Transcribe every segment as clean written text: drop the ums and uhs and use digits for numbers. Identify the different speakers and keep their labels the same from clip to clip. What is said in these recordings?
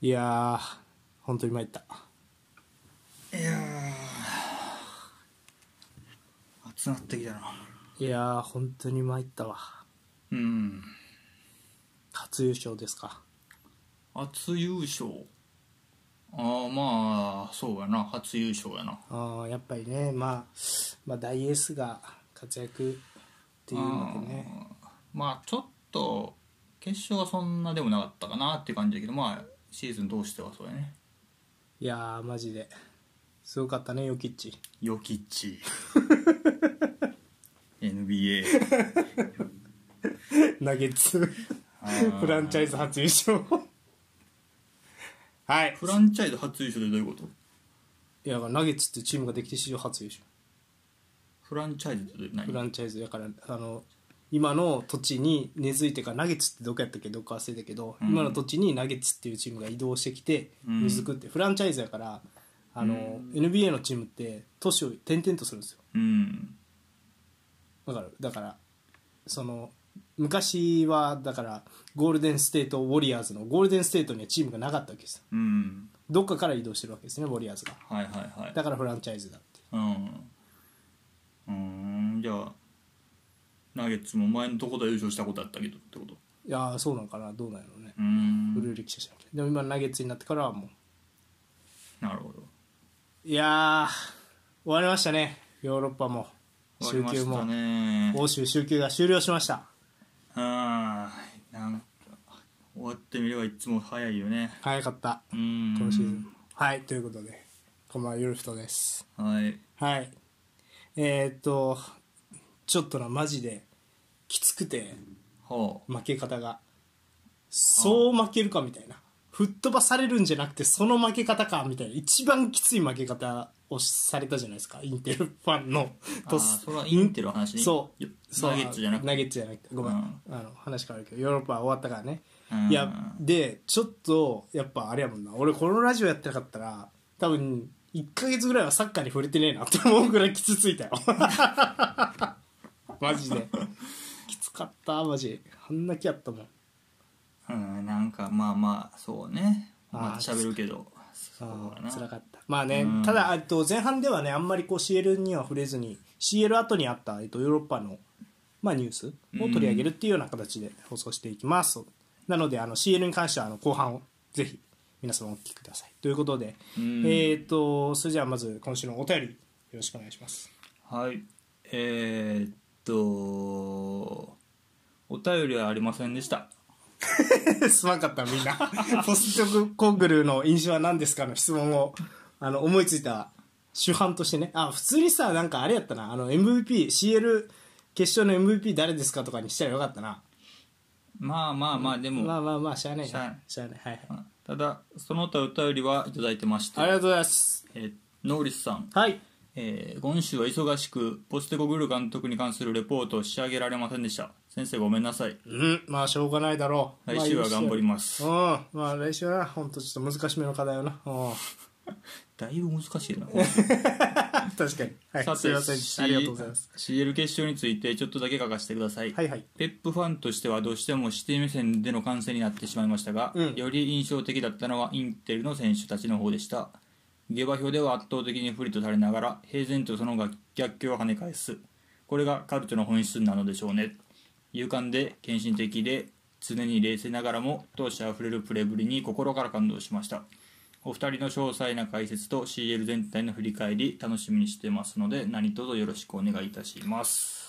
Speaker 1: いやー本当に参った。
Speaker 2: いやー暑なってきたな。
Speaker 1: いやー本当に参ったわ。
Speaker 2: うん。
Speaker 1: 初優勝ですか。
Speaker 2: 初優勝。まあそうやな、初優勝やな。
Speaker 1: やっぱりね、まあ大エースが活躍っていうのでね。
Speaker 2: まあちょっと決勝はそんなでもなかったかなっていう感じだけど、まあシーズン通してはそうやね。
Speaker 1: いやーマジですごかったね、ヨキッチ。
Speaker 2: ヨキッチNBA
Speaker 1: ナゲッツフランチャイズ初優勝はい。
Speaker 2: フランチャイズ初優勝でどういうこと？
Speaker 1: いやナゲッツってチームができて史上初優勝。
Speaker 2: フランチャイズって何？
Speaker 1: フランチャイズだから今の土地に根付いてから、ナゲッツってどこやったっけ、どこか忘れたけど、今の土地にナゲッツっていうチームが移動してきて根付くって、フランチャイズやから、NBA のチームって都市を転々とするんですよ。だからその昔はだからゴールデンステートウォリアーズのゴールデンステートにはチームがなかったわけですよ。どっかから移動してるわけですね、ウォリアーズが。
Speaker 2: はいはいはい。
Speaker 1: だからフランチャイズだって。
Speaker 2: じゃあナゲッツも前のとこで優勝したことあったけどってこと？
Speaker 1: いやそうなんかな、どうなんやろうね。古い歴史者でも今ナゲッツになってからはも
Speaker 2: う。なるほど。
Speaker 1: いや終わりましたね、ヨーロッパも週休も、欧州週休が終了しました。
Speaker 2: なんか終わってみればいつも早いよね。
Speaker 1: 早かったこのシーズン。はい、ということでこんばんは、ヨルフトです。
Speaker 2: はい
Speaker 1: はい。ちょっとな、マジできつくて、負け方がそう負けるかみたいな、吹っ飛ばされるんじゃなくてその負け方かみたいな、一番きつい負け方をされたじゃないですか、インテルファンの
Speaker 2: それはインテルの話ね。
Speaker 1: そう
Speaker 2: ナゲッツじゃなくて。
Speaker 1: ナゲッツじゃなくてごめん、話変わるけどヨーロッパは終わったからね。いやでちょっとやっぱあれやもんな、俺このラジオやってなかったら多分1ヶ月ぐらいはサッカーに触れてねえなって思うぐらいきついたよマジできつかった、マジあんな気やったもん。
Speaker 2: なんかまあそうね、また喋るけど
Speaker 1: 辛かった。まあね、ただ前半ではねあんまりこう CL には触れずに CL 後にあった、ヨーロッパの、ニュースを取り上げるっていうような形で放送していきます。なのでCL に関しては後半をぜひ皆様お聞きくださいということで、それじゃあまず今週のお便りよろしくお願いします。
Speaker 2: はい。お便りはありませんでした
Speaker 1: すまんかったみんなポストコンクルの印象は何ですかの質問を思いついた主犯としてね。普通にさ、なんかあれやったな、MVP CL 決勝の MVP 誰ですかとかにしたらよかったな。
Speaker 2: まあでも
Speaker 1: まあしゃあないしゃあない、はい。
Speaker 2: ただその他お便りはいただいてまして、
Speaker 1: ありがとうございます。
Speaker 2: ノーリスさん、
Speaker 1: はい。
Speaker 2: 今週は忙しくポステコグル監督に関するレポートを仕上げられませんでした。先生ごめんなさい。
Speaker 1: まあしょうがないだろ
Speaker 2: う。来週は頑張ります。
Speaker 1: まあ来週はな、ほんとちょっと難しめの課題よな。
Speaker 2: だいぶ難しいな
Speaker 1: 確かに、はい、
Speaker 2: さて
Speaker 1: すいません、ありがとうございます。
Speaker 2: CL 決勝についてちょっとだけ書かせてください。
Speaker 1: はいはい。
Speaker 2: ペップファンとしてはどうしてもシティ目線での観戦になってしまいましたが、より印象的だったのはインテルの選手たちの方でした。下馬評では圧倒的に不利とされながら平然とその逆境を跳ね返す、これがカルチョの本質なのでしょうね。勇敢で献身的で常に冷静ながらも闘志あふれるプレーぶりに心から感動しました。お二人の詳細な解説と CL 全体の振り返り楽しみにしてますので何卒よろしくお願いいたします。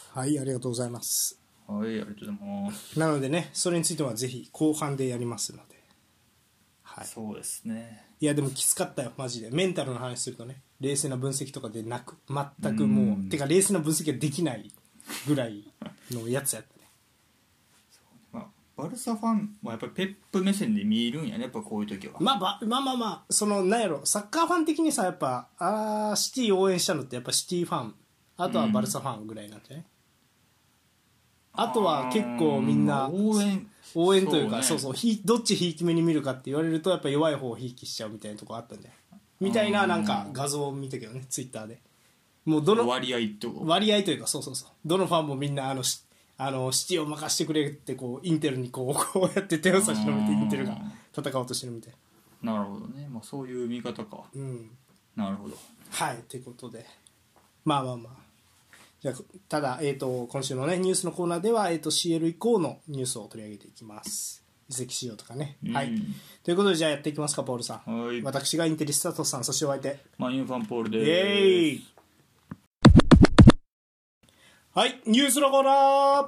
Speaker 1: はい、ありがとうございます。
Speaker 2: はい、ありがとうございます。
Speaker 1: なのでね、それについてはぜひ後半でやりますので、はい、
Speaker 2: そうですね。
Speaker 1: いやでもきつかったよマジで。メンタルの話するとね、冷静な分析とかでなく全くもうてか冷静な分析ができないぐらいのやつやったね。
Speaker 2: バルサファンはやっぱりペップ目線で見えるんやね、やっぱこういう時は。
Speaker 1: まあそのなんやろ、サッカーファン的にさ、やっぱシティ応援したのってやっぱシティファン、あとはバルサファンぐらいなんじゃない？あとは結構みんな応援というか、そうどっちひいき目に見るかって言われるとやっぱ弱い方をひいきしちゃうみたいなとこあったんじゃないみたいな、なんか画像を見たけどね、ツイッターで。もうどの
Speaker 2: 割合と
Speaker 1: いうか、そうどのファンもみんなシティを任してくれってこうインテルにこうやって手を差し伸べてインテルが戦おうとしてるみたいな。
Speaker 2: なるほどね、まあ、そういう見方か。なるほど。
Speaker 1: はいということでまあじゃあただ、今週のねニュースのコーナーでは、CL 以降のニュースを取り上げていきます。移籍市場とかね、はいということでじゃあやっていきますかポールさん。
Speaker 2: はい、
Speaker 1: 私がインテリスタトさん、そしてお相手
Speaker 2: マンユーファンポールです。
Speaker 1: イエーイ。はいニュースのコーナー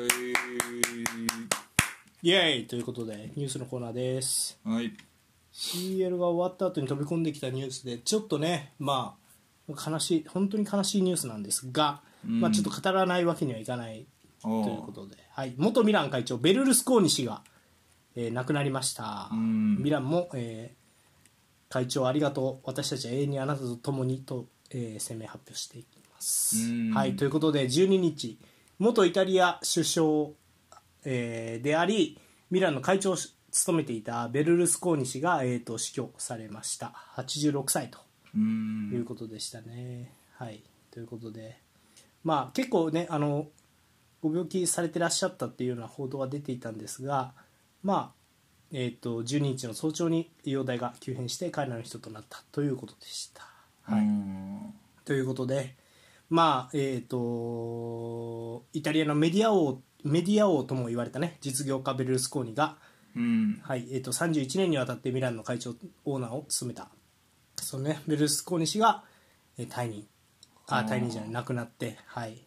Speaker 1: イエーイということでニュースのコーナーです。
Speaker 2: はい、
Speaker 1: CL が終わった後に飛び込んできたニュースでちょっとねまあ悲しい本当に悲しいニュースなんですが、まあ、ちょっと語らないわけにはいかないということで、はい、元ミラン会長ベルルスコーニ氏が、亡くなりました。ミランも、会長ありがとう私たちは永遠にあなたと共にと、声明発表していきます。はいということで12日元イタリア首相、でありミランの会長を務めていたベルルスコーニ氏が、死去されました。86歳ということでしたね。はいということでまあ結構ねご病気されてらっしゃったっていうような報道が出ていたんですがまあ12日の早朝に容体が急変して彼らの人となったということでした。はいということでまあイタリアのメディア王とも言われたね実業家ベルルスコーニが、はい31年にわたってミランの会長オーナーを務めたその、ね、ベルルスコーニ氏が退任じゃない亡くなって、はい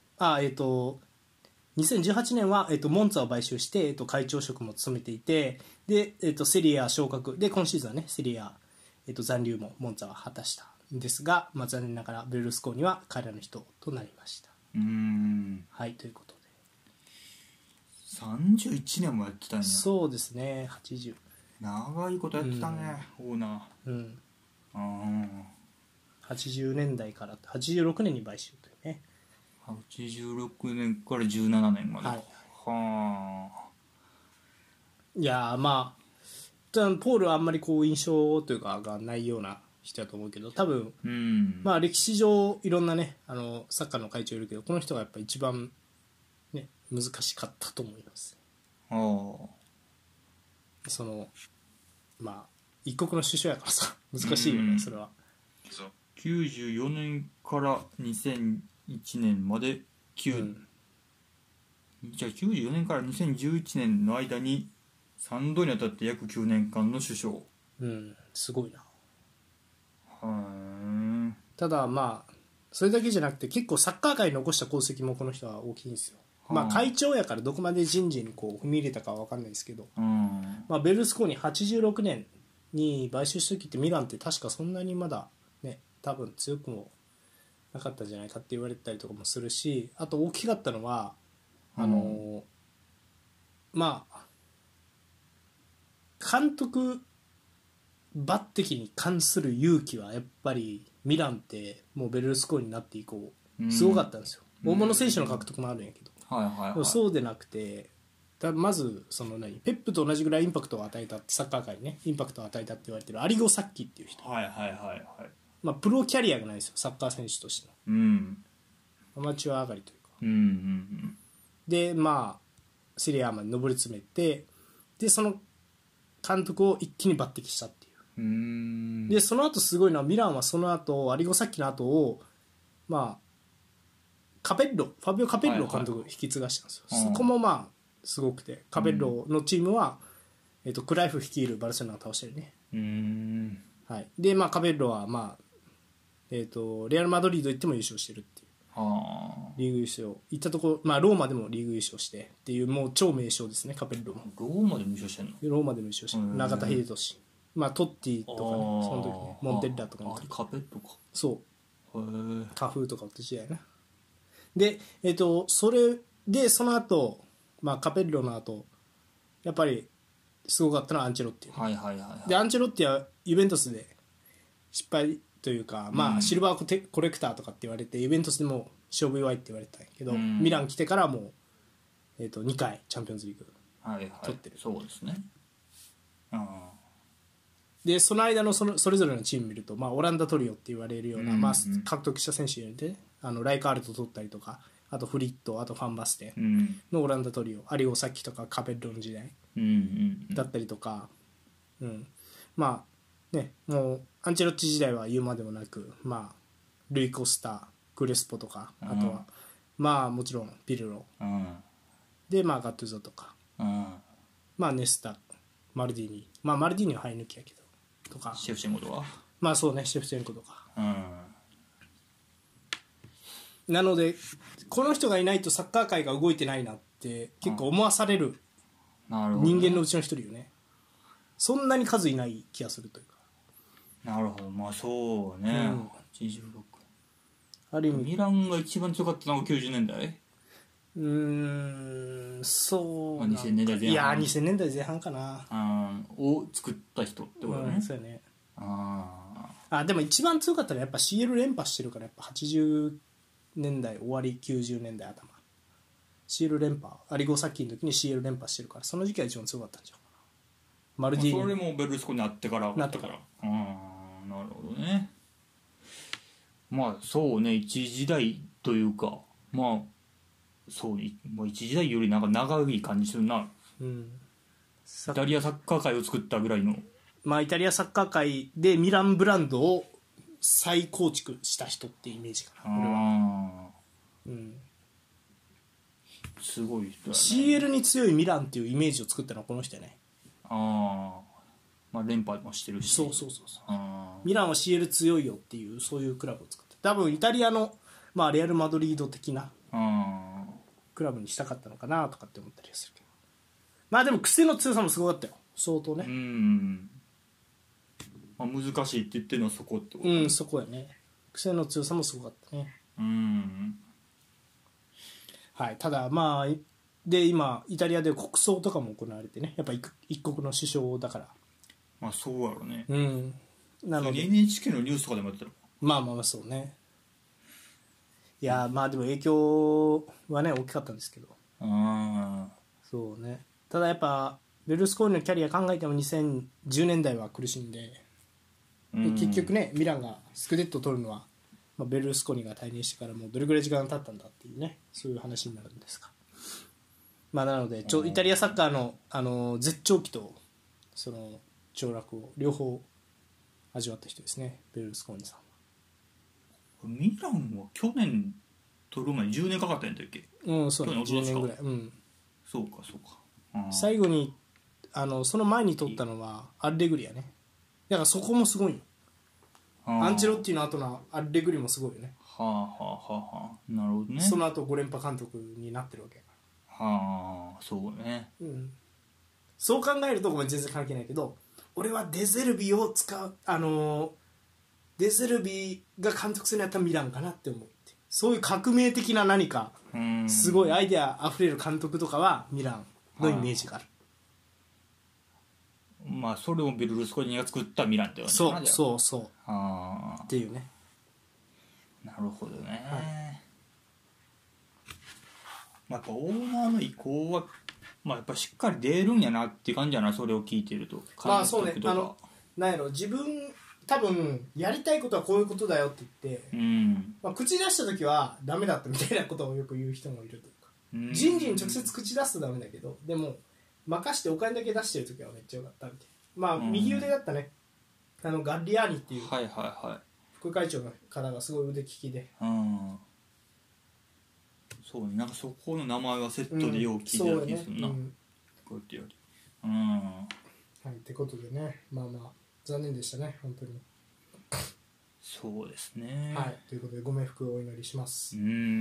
Speaker 1: 2018年は、モンツァを買収して、会長職も務めていてで、セリア昇格で今シーズンはねセリア、残留もモンツァは果たしたんですが、まあ、残念ながらベルルスコーニは彼らの人となりました。はいということで
Speaker 2: 31年もやってたんや。
Speaker 1: そうですね80
Speaker 2: 長いことやってたね、オーナー。
Speaker 1: 80年代から86年に買収というね。
Speaker 2: 86年から17年まで。
Speaker 1: いやまあポールはあんまりこう印象というかがないような人だと思うけど多分、まあ歴史上いろんなねサッカーの会長いるけどこの人がやっぱ一番、ね、難しかったと思います。そのまあ一国の首相やからさ難しいよねそれは。
Speaker 2: 94年から2001年までじゃあ94年から2011年の間に3度にわたって約9年間の首相。
Speaker 1: すごいな。ただまあそれだけじゃなくて結構サッカー界に残した功績もこの人は大きいんですよ。まあ会長やからどこまで人事にこう踏み入れたかは分かんないですけど、まあ、ベルルスコーニ86年に買収した時ってミランって確かそんなにまだね多分強くもなかったんじゃないかって言われてたりとかもするし、あと大きかったのはまあ監督抜擢に関する勇気はやっぱりミランってもうベルルスコーニになって以降すごかったんですよ。大物選手の獲得もあるんやけど、でもそうでなくてまずそのペップと同じぐらいインパクトを与えたってサッカー界にねインパクトを与えたって言われてるアリゴ・サッキっていう人、まあ、プロキャリアがないですよサッカー選手としての、アマチュア上がりというか、でまあセリアまで上り詰めてでその監督を一気に抜擢したっていう。でその後すごいのはミランはその後アリゴ・サッキの後をまあファビオ・カペッロ監督引き継がしたんですよ、そこもまあすごくてカペッロのチームは、クライフ率いるバルセロナを倒してるね。はい、でまあカペッロはまあレアル・マドリード行っても優勝してるっていうリーグ優勝行ったところ、まあ、ローマでもリーグ優勝してっていうもう超名将ですねカペッロも。
Speaker 2: ローマでも優勝してんの？
Speaker 1: ローマでも優勝してる中田英寿、まあ、トッティとかねその時ねモンテッラとかの時
Speaker 2: カペッロか
Speaker 1: そうカフーとかって時代な。でそれでその後、まあカペッロの後やっぱりすごかったのはアンチェロッティ、でアンチェロッティはユベントスで失敗というか、まあ、シルバーコレクターとかって言われてユベントスでも勝負弱いって言われてたんやけど、ミラン来てからもう、2回チャンピオンズリーグ取ってる、
Speaker 2: そうですね。
Speaker 1: でその間のそれぞれのチーム見ると、まあ、オランダトリオって言われるような、まあ、獲得した選手でライカールト取ったりとかあとフリットあとファンバステのオランダトリオ、アリオサッキとかカペッロの時代だったりとか、まあね、もうアンチェロッチ時代は言うまでもなく、まあ、ルイ・コスタ、クレスポとか、あとは、まあもちろんピルロ、で、まあ、ガットゥーゾとか、まあ、ネスタ、マルディーニ、まあマルディーニは生え抜きやけどとか、
Speaker 2: シェフチェンコとか、
Speaker 1: まあそうね、シェフチェンコとか、なのでこの人がいないとサッカー界が動いてないなって結構思わされる人間のうちの一人よね。そんなに数いない気がするというか。
Speaker 2: なるほど、まあそうね、86、
Speaker 1: ある意味
Speaker 2: ミランが一番強かったのが90年代。
Speaker 1: そう
Speaker 2: なんか2000年代前半、
Speaker 1: いや2000年代前半かな、
Speaker 2: を作った人ってことね、
Speaker 1: そうやね。でも一番強かったのはやっぱ CL 連覇してるから、やっぱ80年代終わり90年代頭 CL 連覇、アリゴサッキーの時に CL 連覇してるから、その時期が一番強かったんじゃん。マルディーニ、
Speaker 2: それもベルルスコになってから
Speaker 1: なってから、
Speaker 2: なるほどね。まあそうね、一時代というか、まあそうね、もう一時代よりなんか長い感じするな、イタリアサッカー界を作ったぐらいの、
Speaker 1: まあイタリアサッカー界でミランブランドを再構築した人っていうイメージかな、これは。
Speaker 2: すごい人だね。
Speaker 1: CL に強いミランっていうイメージを作ったのはこの人やね。
Speaker 2: まあ連覇もしてるし、
Speaker 1: そうミランは CL 強いよっていう、そういうクラブを作って、多分イタリアの、まあ、レアル・マドリード的なクラブにしたかったのかなとかって思ったりするけど、まあでも癖の強さもすごかったよ、相当ね。
Speaker 2: まあ、難しいって言ってるのはそこってこと。
Speaker 1: そこやね。癖の強さもすごかったね。はい。ただまあで今イタリアで国葬とかも行われてね、やっぱ一国の首相だから、
Speaker 2: まあそうやろね。
Speaker 1: なので
Speaker 2: NHK のニュースとかでもやってたの。
Speaker 1: まあそうね。いやまあでも影響はね大きかったんですけど、そうね。ただやっぱベルルスコーニのキャリア考えても2010年代は苦しんで、結局ねミランがスクデットを取るのは、まあ、ベルルスコーニが退任してからもうどれぐらい時間が経ったんだっていうね、そういう話になるんですが、まあ、なのでイタリアサッカーの、絶頂期とその凋落を両方味わった人ですね、ベルルスコーニさんは。
Speaker 2: ミランは去年取る前に10年かかったんだっけ。
Speaker 1: そうね、10年ぐらい。
Speaker 2: そうか
Speaker 1: 最後にその前に取ったのはアレグリアね。だからそこもすごいよ。アンチェロッティの後のアレグリもすごいよね。
Speaker 2: なるほどね。
Speaker 1: その後5連覇監督になってるわけ。
Speaker 2: そうね。
Speaker 1: そう考えるとごめん全然関係ないけど、俺はデゼルビを使うデゼルビが監督するのやったらミランかなって思う。そういう革命的な何かすごいアイデアあふれる監督とかはミランのイメージがある。
Speaker 2: まあそれをベルルスコーニが作ったミランってこと
Speaker 1: ね。そうっていうね。
Speaker 2: なるほどね。まあ、やっぱオーナーの意向は、まあ、やっぱしっかり出るんやなっていう感じやな、それを聞いてると。
Speaker 1: まあそうね、なんやろ、自分多分やりたいことはこういうことだよって言って、まあ、口出した時はダメだったみたいなことをよく言う人もいるというか、人事に直接口出すとダメだけど、でも任してお金だけ出してる時はめっちゃよかったみたいな。まあ右腕だったね、ガッリアーニっていう副会長の方がすごい腕利きで、
Speaker 2: そうね、なんかそこの名前はセットでよう聞いてる気がするな、こうやってやる。
Speaker 1: はい、ってことでね、まあ残念でしたね、本当に。
Speaker 2: そうですね。
Speaker 1: はい、ということでご冥福をお祈りします。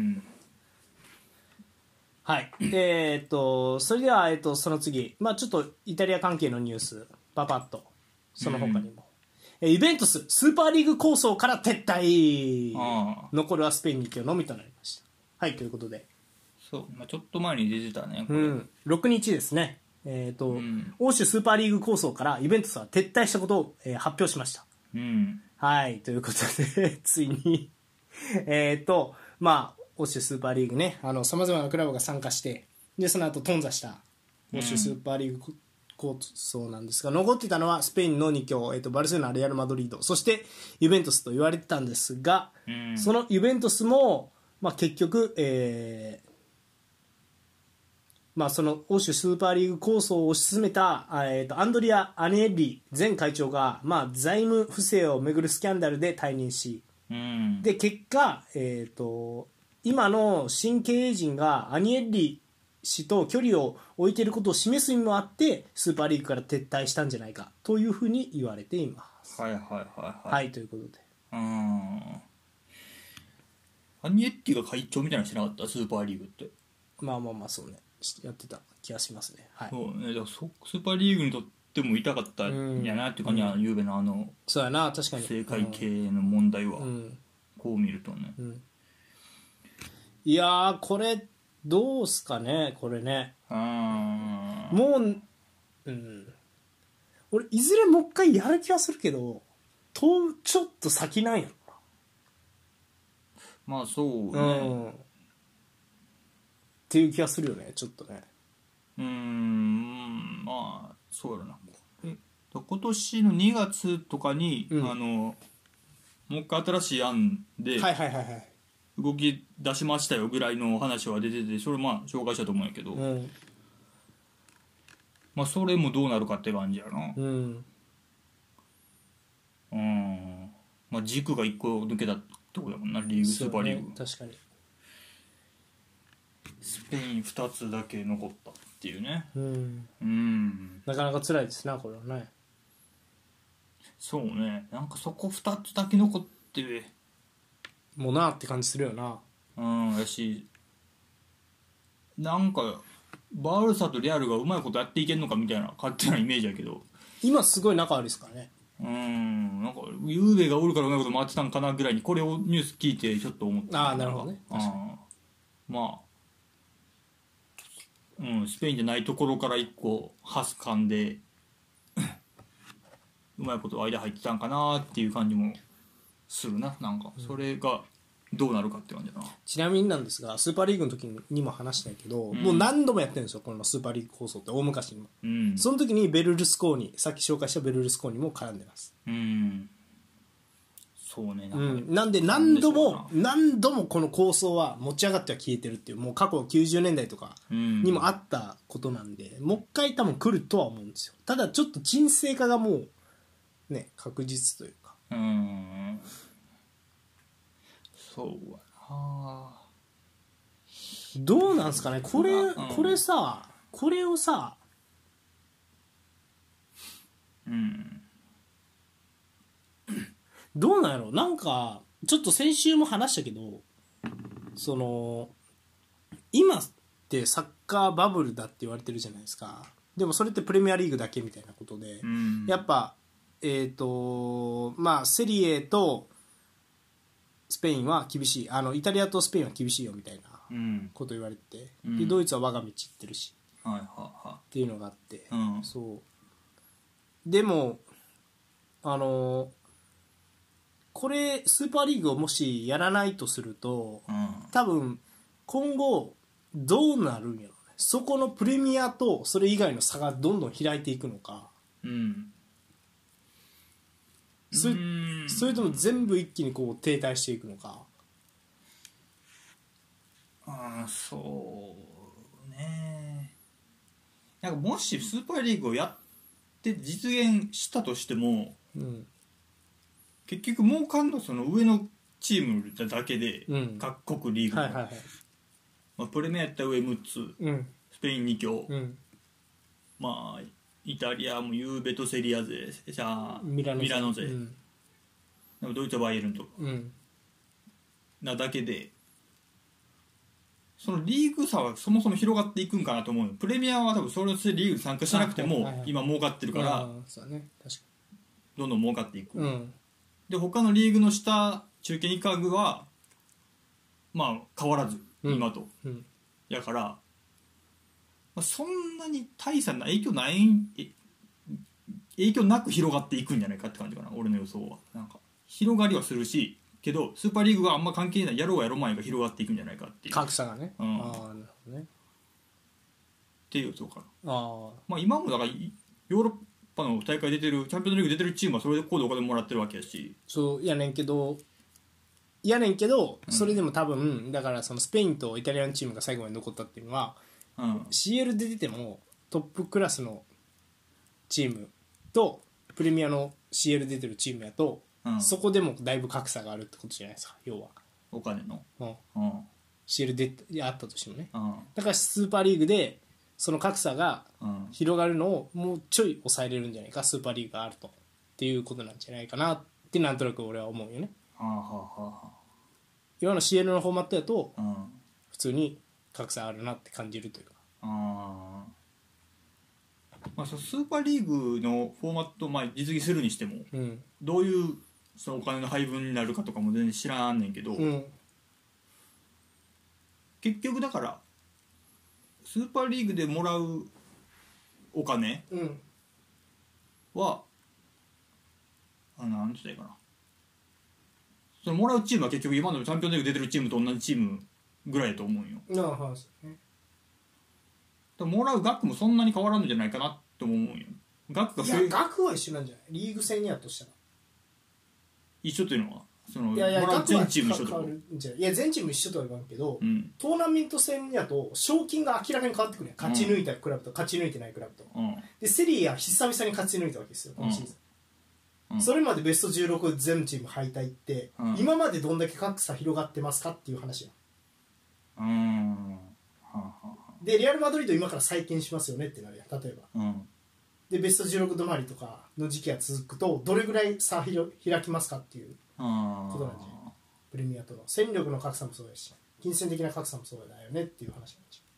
Speaker 1: はい、それでは、その次、まあちょっとイタリア関係のニュースパパッと、その他にも、ユベントススーパーリーグ構想から撤退、残るはスペイン2強のみとなりました。はい、ということで、
Speaker 2: そう、まあ、ちょっと前に出てたね、これ。
Speaker 1: 6日ですね、欧州スーパーリーグ構想からユベントスは撤退したことを、発表しました。はい、ということでついにまあ欧州スーパーリーグね、さまざまなクラブが参加して、でその後頓挫した欧州スーパーリーグ構想なんですが、残ってたのはスペインの2強、バルセロナ、レアル・マドリード、そしてユベントスと言われてたんですが、そのユベントスも、まあ、結局、 まあ、その欧州スーパーリーグ構想を推し進めた、アンドリア・アネッリ前会長が、まあ、財務不正をめぐるスキャンダルで退任し、で結果、今の新経営陣がアニエッリ氏と距離を置いていることを示す意味もあってスーパーリーグから撤退したんじゃないかというふうに言われています。
Speaker 2: はいはいはいはい。
Speaker 1: はい、ということで。
Speaker 2: アニエッティが会長みたいなのしてなかったスーパーリーグって。
Speaker 1: まあまあまあそうね、やってた気がしますね。はい、
Speaker 2: そうね、だからスーパーリーグにとっても痛かったんやなっていう感じは、ゆうべの
Speaker 1: そうやな、確かに
Speaker 2: 政界系の問題は、こう見るとね、
Speaker 1: いやーこれどうすかね、これね。もう、俺いずれもう一回やる気はするけど、ちょっと先なんやろな。
Speaker 2: まあそうね、
Speaker 1: っていう気がするよね、ちょっとね。
Speaker 2: まあそうやろな。今年の2月とかに、もう一回新しい案で動き出しましたよぐらいの話は出てて、それまあ紹介したと思うんやけど、まあそれもどうなるかって感じやな。まあ軸が1個抜けたってことだもんな、リーグ、スーパーリーグ。
Speaker 1: 確かに
Speaker 2: スペイン2つだけ残ったっていうね。
Speaker 1: なかなか辛いですな、これはね。
Speaker 2: そうね、なんかそこ2つだけ残って
Speaker 1: もうなって感じするよな。
Speaker 2: やし、なんかバルサとレアルがうまいことやっていけんのかみたいな勝手なイメージやけど、
Speaker 1: 今すごい仲悪いですからね。
Speaker 2: なんかゆうべがおるからうまいこと回ってたんかなぐらいにこれをニュース聞いてちょっと思った。
Speaker 1: なるほどね。
Speaker 2: まあスペインじゃないところから1個ハス噛んでうまいこと間入ってたんかなっていう感じもするな。なんかそれがどうなるかって感じだな。
Speaker 1: ちなみになんですが、スーパーリーグの時にも話したけど、もう何度もやってるんですよ、このスーパーリーグ構想って大昔にも、その時にベルルスコーニ、さっき紹介したベルルスコーニも絡んでます。
Speaker 2: そうね、
Speaker 1: なんで何度もこの構想は持ち上がっては消えてるっていう、もう過去90年代とかにもあったことなんで、もう一回多分来るとは思うんですよ。ただちょっと沈静化がもうね、確実というか。
Speaker 2: そうやな。
Speaker 1: どうなんすかね、これさ、これをさ、どうなんやろ。なんかちょっと先週も話したけど、その今ってサッカーバブルだって言われてるじゃないですか。でもそれってプレミアリーグだけみたいなことで、やっぱまあセリエとスペインは厳しい、イタリアとスペインは厳しいよみたいなこと言われて、でドイツは我が道行ってるし、っていうのがあって、そうでもこれスーパーリーグをもしやらないとすると、多分今後どうなるんやろうね。そこのプレミアとそれ以外の差がどんどん開いていくのか、それとも全部一気にこう停滞していくのか。
Speaker 2: そうね。なんかもしスーパーリーグをやって実現したとしても、結局儲かんのその上のチームだけで、各国リーグの、プレミアやったら上6つ、スペイン2強、まあイタリアもユーベとセリア勢、じゃあミラノ勢、でもドイツはバイエルンとか、なだけで、そのリーグ差はそもそも広がっていくんかなと思うよ。プレミアは多分それでリーグに参加しなくても今儲かってるから、どんどん儲かっていく。で他のリーグの下中堅以下はまあ変わらず今と、やから、まあ、そんなに大差な影響なく広がっていくんじゃないかって感じかな、俺の予想は。なんか広がりはするしけどスーパーリーグがあんま関係ない、やろうやろう前が広がっていくんじゃないかっていう
Speaker 1: 格差がね、なるほどね
Speaker 2: っていう予想かな。まあ今もだからヨーロッパの大会出てるチャンピオンズリーグ出てるチームはそれでこうでお金もらってるわけやし、
Speaker 1: そうやねんけど、それでも多分だからそのスペインとイタリアのチームが最後まで残ったっていうのは CL で出てもトップクラスのチームとプレミアの CL 出てるチームやと、そこでもだいぶ格差があるってことじゃないですか、要は
Speaker 2: お金の、
Speaker 1: CL であったとしてもね、だからスーパーリーグでその格差が広がるのをもうちょい抑えれるんじゃないか、スーパーリーグがあるとっていうことなんじゃないかなってなんとなく俺は思うよね。今の CL のフォーマットだと普通に格差あるなって感じるというか、
Speaker 2: スーパーリーグのフォーマットを実現するにしても、どういうそのお金の配分になるかとかも全然知らんねんけど、結局だからスーパーリーグでもらうお金は、なんて言ったらいいかな、そのもらうチームは結局今のチャンピオンリーグ出てるチームと同じチームぐらいだと思うんよ。もらう額もそんなに変わらんのじゃないかなと思うんよ。額
Speaker 1: 額は一緒なんじゃない、リーグ戦にやとしたら
Speaker 2: 一緒っていうのはその
Speaker 1: もら
Speaker 2: う全チーム一緒とか、
Speaker 1: いや全チーム一緒とは言わんけど、トーナメント戦やと賞金が明らかに変わってくるやん、勝ち抜いたクラブと勝ち抜いてないクラブと、でセリエは久々に勝ち抜いたわけですよ今シーズン、それまでベスト16全チーム敗退って、今までどんだけ格差広がってますかっていう話やん。でリアルマドリード今から再建しますよねってなるやん、例えば、でベスト16止まりとかの時期が続くとどれぐらい差開きますかっていうことなんじゃない、プレミアとの戦力の格差もそうだし金銭的な格差もそうだよねっていう話なんじ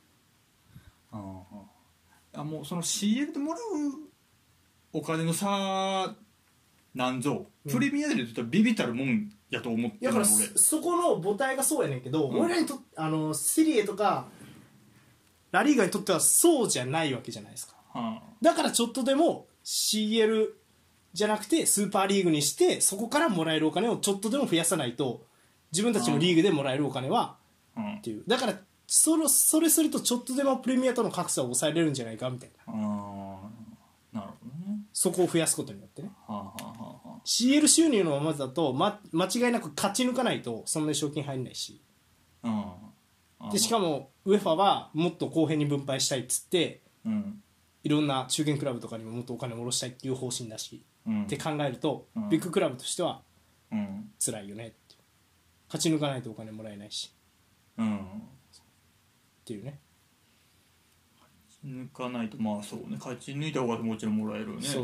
Speaker 2: ゃもうその CL でもらうお金の差なんぞ、プレミアで言ったらビビたるもんやと思ってる。
Speaker 1: だからそこの母体がそうやねんけど、俺らにとセリエとかラリーガにとってはそうじゃないわけじゃないですか、だからちょっとでも CL じゃなくてスーパーリーグにしてそこからもらえるお金をちょっとでも増やさないと自分たちのリーグでもらえるお金はっていう、だからそれするとちょっとでもプレミアとの格差を抑えれるんじゃないかみたいな、
Speaker 2: なるほどね、
Speaker 1: そこを増やすことによってね、CL 収入のままだと、間違いなく勝ち抜かないとそんなに賞金入んないし、でしかも UEFA はもっと公平に分配したいっつって、いろんな中堅クラブとかにももっとお金を下ろしたいっていう方針だし、って考えると、ビッグクラブとしては辛いよねって、勝ち抜かないとお金もらえないし、っていうね。
Speaker 2: 抜かないとそうね、勝ち抜いた方がもちろんもらえるよね。
Speaker 1: そう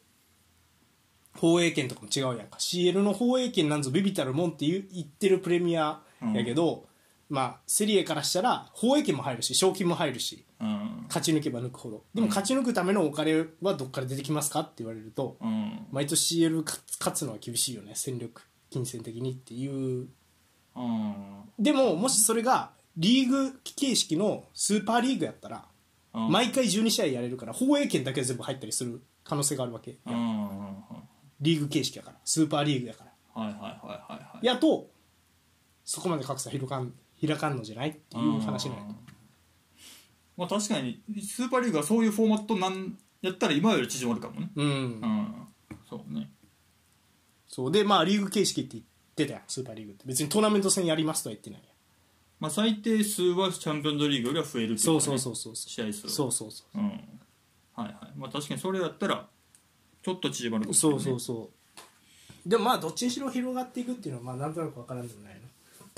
Speaker 1: 放映権とかも違うやんか。 CL の放映権なんぞビビたるもんって言ってるプレミアやけど、セリエからしたら放映権も入るし賞金も入るし、勝ち抜けば抜くほど、でも勝ち抜くためのお金はどっから出てきますかって言われると、毎年 CL 勝つのは厳しいよね、戦力金銭的にっていう、でももしそれがリーグ形式のスーパーリーグやったら、毎回12試合やれるから放映権だけは全部入ったりする可能性があるわけ、リーグ形式やからスーパーリーグやから、やとそこまで格差開かんのじゃないっていう話なんやと。
Speaker 2: 確かにスーパーリーグはそういうフォーマットなんやったら今より縮まるかもね。そうね。
Speaker 1: そうでリーグ形式って言ってたやん、スーパーリーグって別にトーナメント戦やりますとは言ってないやん。
Speaker 2: 最低数はチャンピオンズリーグよりは増えるっていうか、ね、そう試合数確かにそれだったらちょっと縮まるかもしれない、ね、
Speaker 1: でもどっちにしろ広がっていくっていうのはなんとなく分からんでもないの。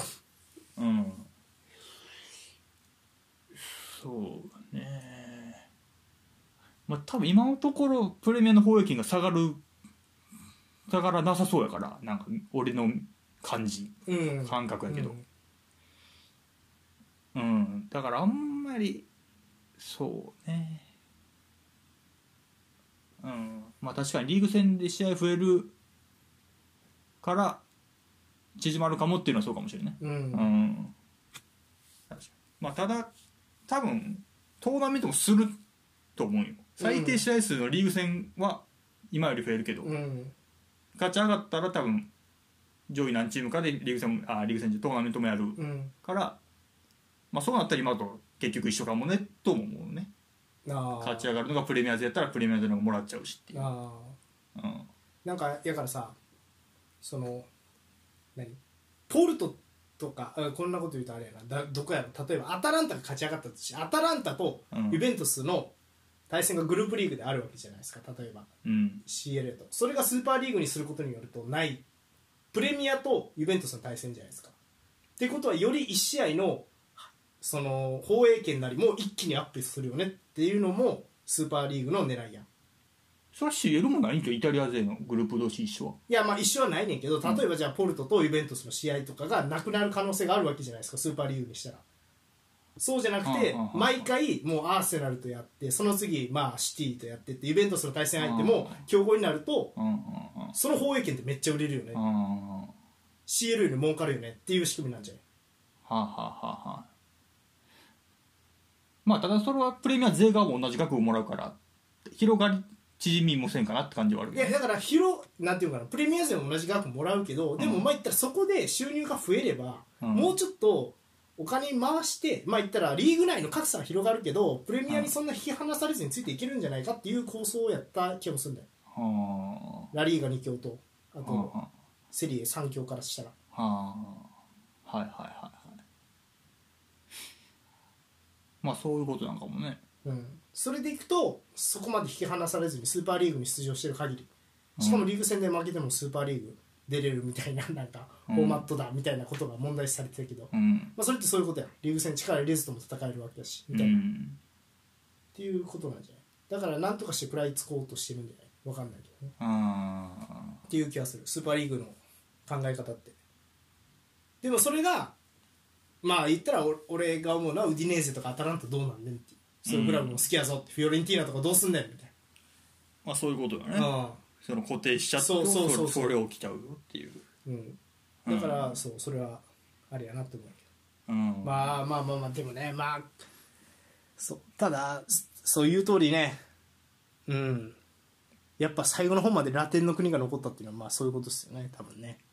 Speaker 2: そうね。多分今のところプレミアの放映権が下がらなさそうやから、なんか俺の感覚やけど、だからあんまりそうね、確かにリーグ戦で試合増えるから縮まるかもっていうのはそうかもしれないね。ただ多分トーナメントもすると思うよ。最低試合数のリーグ戦は今より増えるけど、勝ち上がったら多分上位何チームかでリーグ戦でトーナメントもやるから、そうなったら今と結局一緒かもねとも思うね。勝ち上がるのがプレミアズやったらプレミアズのがもらっちゃうしっていう。なん
Speaker 1: かやからさ、ポルトっとかこんなこと言うとあれやなどこやろ例えばアタランタが勝ち上がったとしてアタランタとユベントスの対戦がグループリーグであるわけじゃないですか例えば、CLA とそれがスーパーリーグにすることによるとないプレミアとユベントスの対戦じゃないですかってことはより1試合のその放映権なりも一気にアップするよねっていうのもスーパーリーグの狙いやん。
Speaker 2: それは CL もないんじゃイタリア勢のグループ同士一緒は。
Speaker 1: いやまあ一緒はないねんけど例えばじゃあポルトとユベントスの試合とかがなくなる可能性があるわけじゃないですかスーパーリーグにしたら。そうじゃなくて毎回もうアーセナルとやってその次まあシティとやってってユベントスの対戦相手も強豪になるとその放映権ってめっちゃ売れるよね CL より儲かるよねっていう仕組みなんじゃない。
Speaker 2: まあただそれはプレミア税側も同じ額をもらうから広がり縮みもせんかなって感じはあるけど、
Speaker 1: いやだからなんていうかなプレミア税も同じ額もらうけどでもまあ言ったらそこで収入が増えれば、もうちょっとお金回してまあ言ったらリーグ内の格差は広がるけどプレミアにそんな引き離されずについていけるんじゃないかっていう構想をやった気もするんだよ、ラリーガ2強とあとセリエ3強からしたら
Speaker 2: まあそういうことなんかもね、
Speaker 1: それでいくとそこまで引き離されずにスーパーリーグに出場してる限りしかもリーグ戦で負けてもスーパーリーグ出れるみたいななんかフォーマットだみたいなことが問題視されてたけど、まあ、それってそういうことやリーグ戦力入れずとも戦えるわけだしみたいな、っていうことなんじゃないだから何とかして食らいつこうとしてるんじゃないわかんないけどねっていう気がするスーパーリーグの考え方って。でもそれがまあ言ったら俺が思うのはウディネーゼとかアタランタどうなんねんっていうそういうクラブも好きやぞってフィオレンティーナとかどうすんねんみたいな
Speaker 2: まあそういうことだねその固定しちゃってそれ起きちゃうよっていう、
Speaker 1: だから、それはあれやなって思うけど、まあでもねまあただそういう通りねやっぱ最後の方までラテンの国が残ったっていうのはまあそういうことですよね多分ね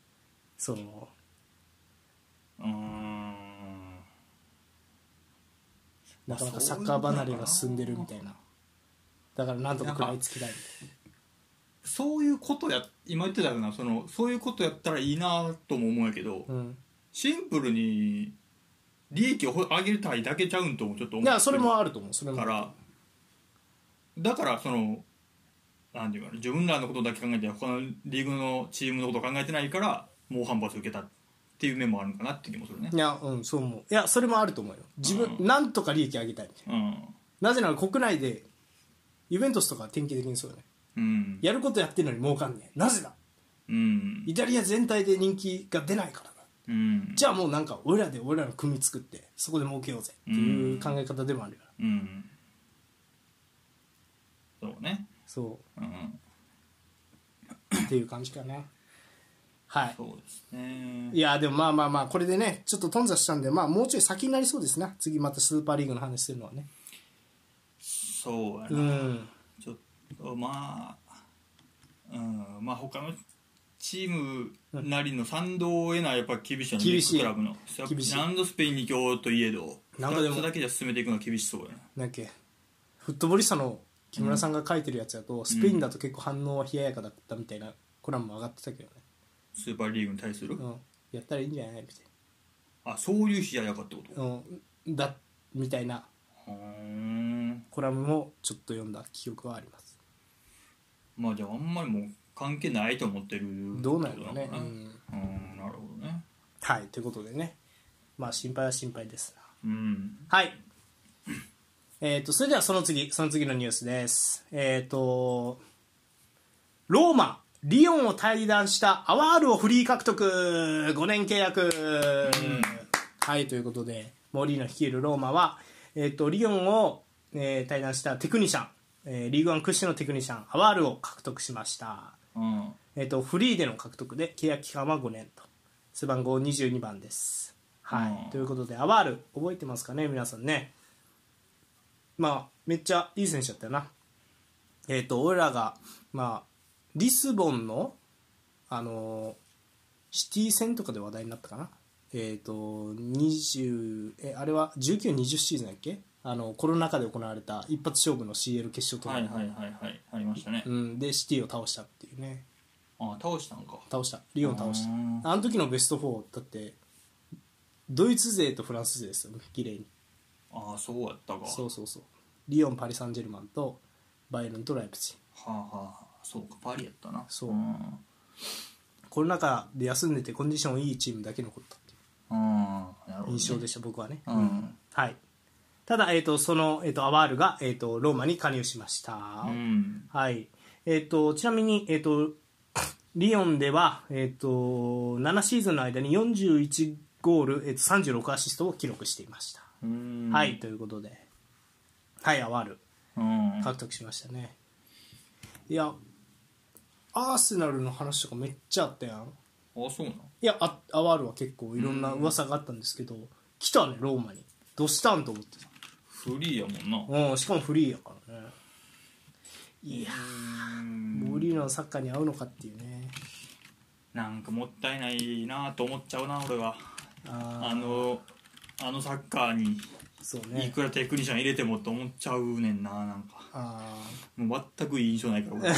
Speaker 1: なかなかサッカー離れが進んでるみたいなだからなんとか食らいつきたいみたいな
Speaker 2: そういうこと今言ってたようなそういうことやったらいいなとも思うんやけど、シンプルに利益を上げたいだけちゃうんともちょっと思ってる。
Speaker 1: いやそれもあると思うそれも
Speaker 2: からだからなんていうかな自分らのことだけ考えて他のリーグのチームのことを考えてないから猛反発を受けたっていう面もあるのかなって気もするね。
Speaker 1: いやそう思ういやそれもあると思うよ自分、なんとか利益上げたいみたいな、なぜなら国内でユベントスとかは典型的にそうよね、やることやってるのに儲かんねえなぜだ、イタリア全体で人気が出ないからだ、じゃあもうなんか俺らの組作ってそこで儲けようぜっていう考え方でもあるよ、
Speaker 2: そうね
Speaker 1: っていう感じかな。はい
Speaker 2: そうですね。
Speaker 1: いやでもまあこれでねちょっと頓挫したんでもうちょい先になりそうですね次またスーパーリーグの話するのはね。
Speaker 2: そうやな、ちょっとまあ他のチームなりの賛同を得ないやっぱり厳しいよね
Speaker 1: 厳しい
Speaker 2: クラブの何度スペイン2強といえど2つだけじゃ進めていくのは厳しそうやな。
Speaker 1: なんかフットボリスタの木村さんが書いてるやつだと、スペインだと結構反応は冷ややかだったみたいなコラムも上がってたけどね
Speaker 2: スーパーリーグに対する、
Speaker 1: やったらいいんじゃないみたい
Speaker 2: なそういう冷ややかってこと、
Speaker 1: だみたいなコラムもちょっと読んだ記憶はあります。
Speaker 2: まあじゃああんまりもう関係ないと思ってる
Speaker 1: どうなるかね、
Speaker 2: なるほどね。
Speaker 1: はいということでねまあ心配は心配ですな、はいそれではその次のニュースです。ローマリヨンを退団したアワールをフリー獲得5年契約、はいということでモーリーノ率いるローマは、リヨンを、退団したテクニシャン、リーグワン屈指のテクニシャンアワールを獲得しました、フリーでの獲得で契約期間は5年と背番号22番です、ということでアワール覚えてますかね皆さんね。めっちゃいい選手だったよな。俺らがリスボンのシティ戦とかで話題になったかな。あれは19-20シーズンだっけコロナ禍で行われた一発勝負の CL 決勝とか、
Speaker 2: ありましたね、
Speaker 1: でシティを倒したっていうね。
Speaker 2: 倒したんか。
Speaker 1: リオン倒したあの時のベスト4だってドイツ勢とフランス勢ですよね、綺麗に。
Speaker 2: ああそうやったか。
Speaker 1: そうそうそう、リヨン、パリ・サンジェルマンとバイエルンとライプチヒ。
Speaker 2: はあはあ、そうか、パリやったな。
Speaker 1: そう、この中で休んでてコンディションいいチームだけ残ったっていう
Speaker 2: なるほどね、
Speaker 1: 印象でした、僕はね。
Speaker 2: はい。
Speaker 1: ただ、その、アワールが、ローマに加入しました。はい。ちなみに、リヨンでは、7シーズンの間に41ゴール、36アシストを記録していました。はい、ということで、はい、アワール獲得しましたね。いや、アーセナルの話とかめっちゃあったやん。
Speaker 2: あ、そうなの。
Speaker 1: いや、アワールは結構いろんな噂があったんですけど、来たね、ローマに。どうしたんと思ってた。
Speaker 2: フリーやもんな。
Speaker 1: しかもフリーやからね。いやー、モリーノのサッカーに合うのかっていうね。
Speaker 2: なんかもったいないなと思っちゃうな、俺は。あのサッカーに
Speaker 1: そうね、
Speaker 2: いくらテクニシャン入れてもと思っちゃうねんな。なんかもう全くいい印象ないから俺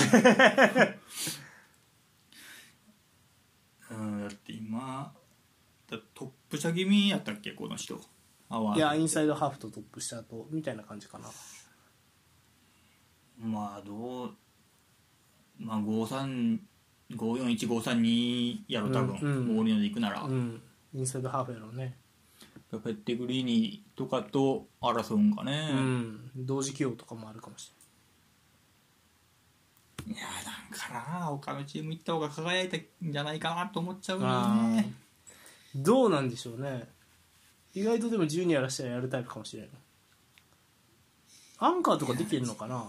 Speaker 2: だって今トップ下気味やったっけこの人。
Speaker 1: いや、インサイドハーフとトップ下とみたいな感じかな。
Speaker 2: まあ5-3-5-4-1-5-3-2やろ多分、モーリーノで行くなら、
Speaker 1: インサイドハーフやろうね。
Speaker 2: ペッテグリーニとかと争うんかね。
Speaker 1: 同時起用とかもあるかもし
Speaker 2: れない。いやなんかな、他のチーム行った方が輝いたんじゃないかなと思っちゃうよね。
Speaker 1: どうなんでしょうね。意外とでもジュニアらしたらやるタイプかもしれない。アンカーとかできるのかな。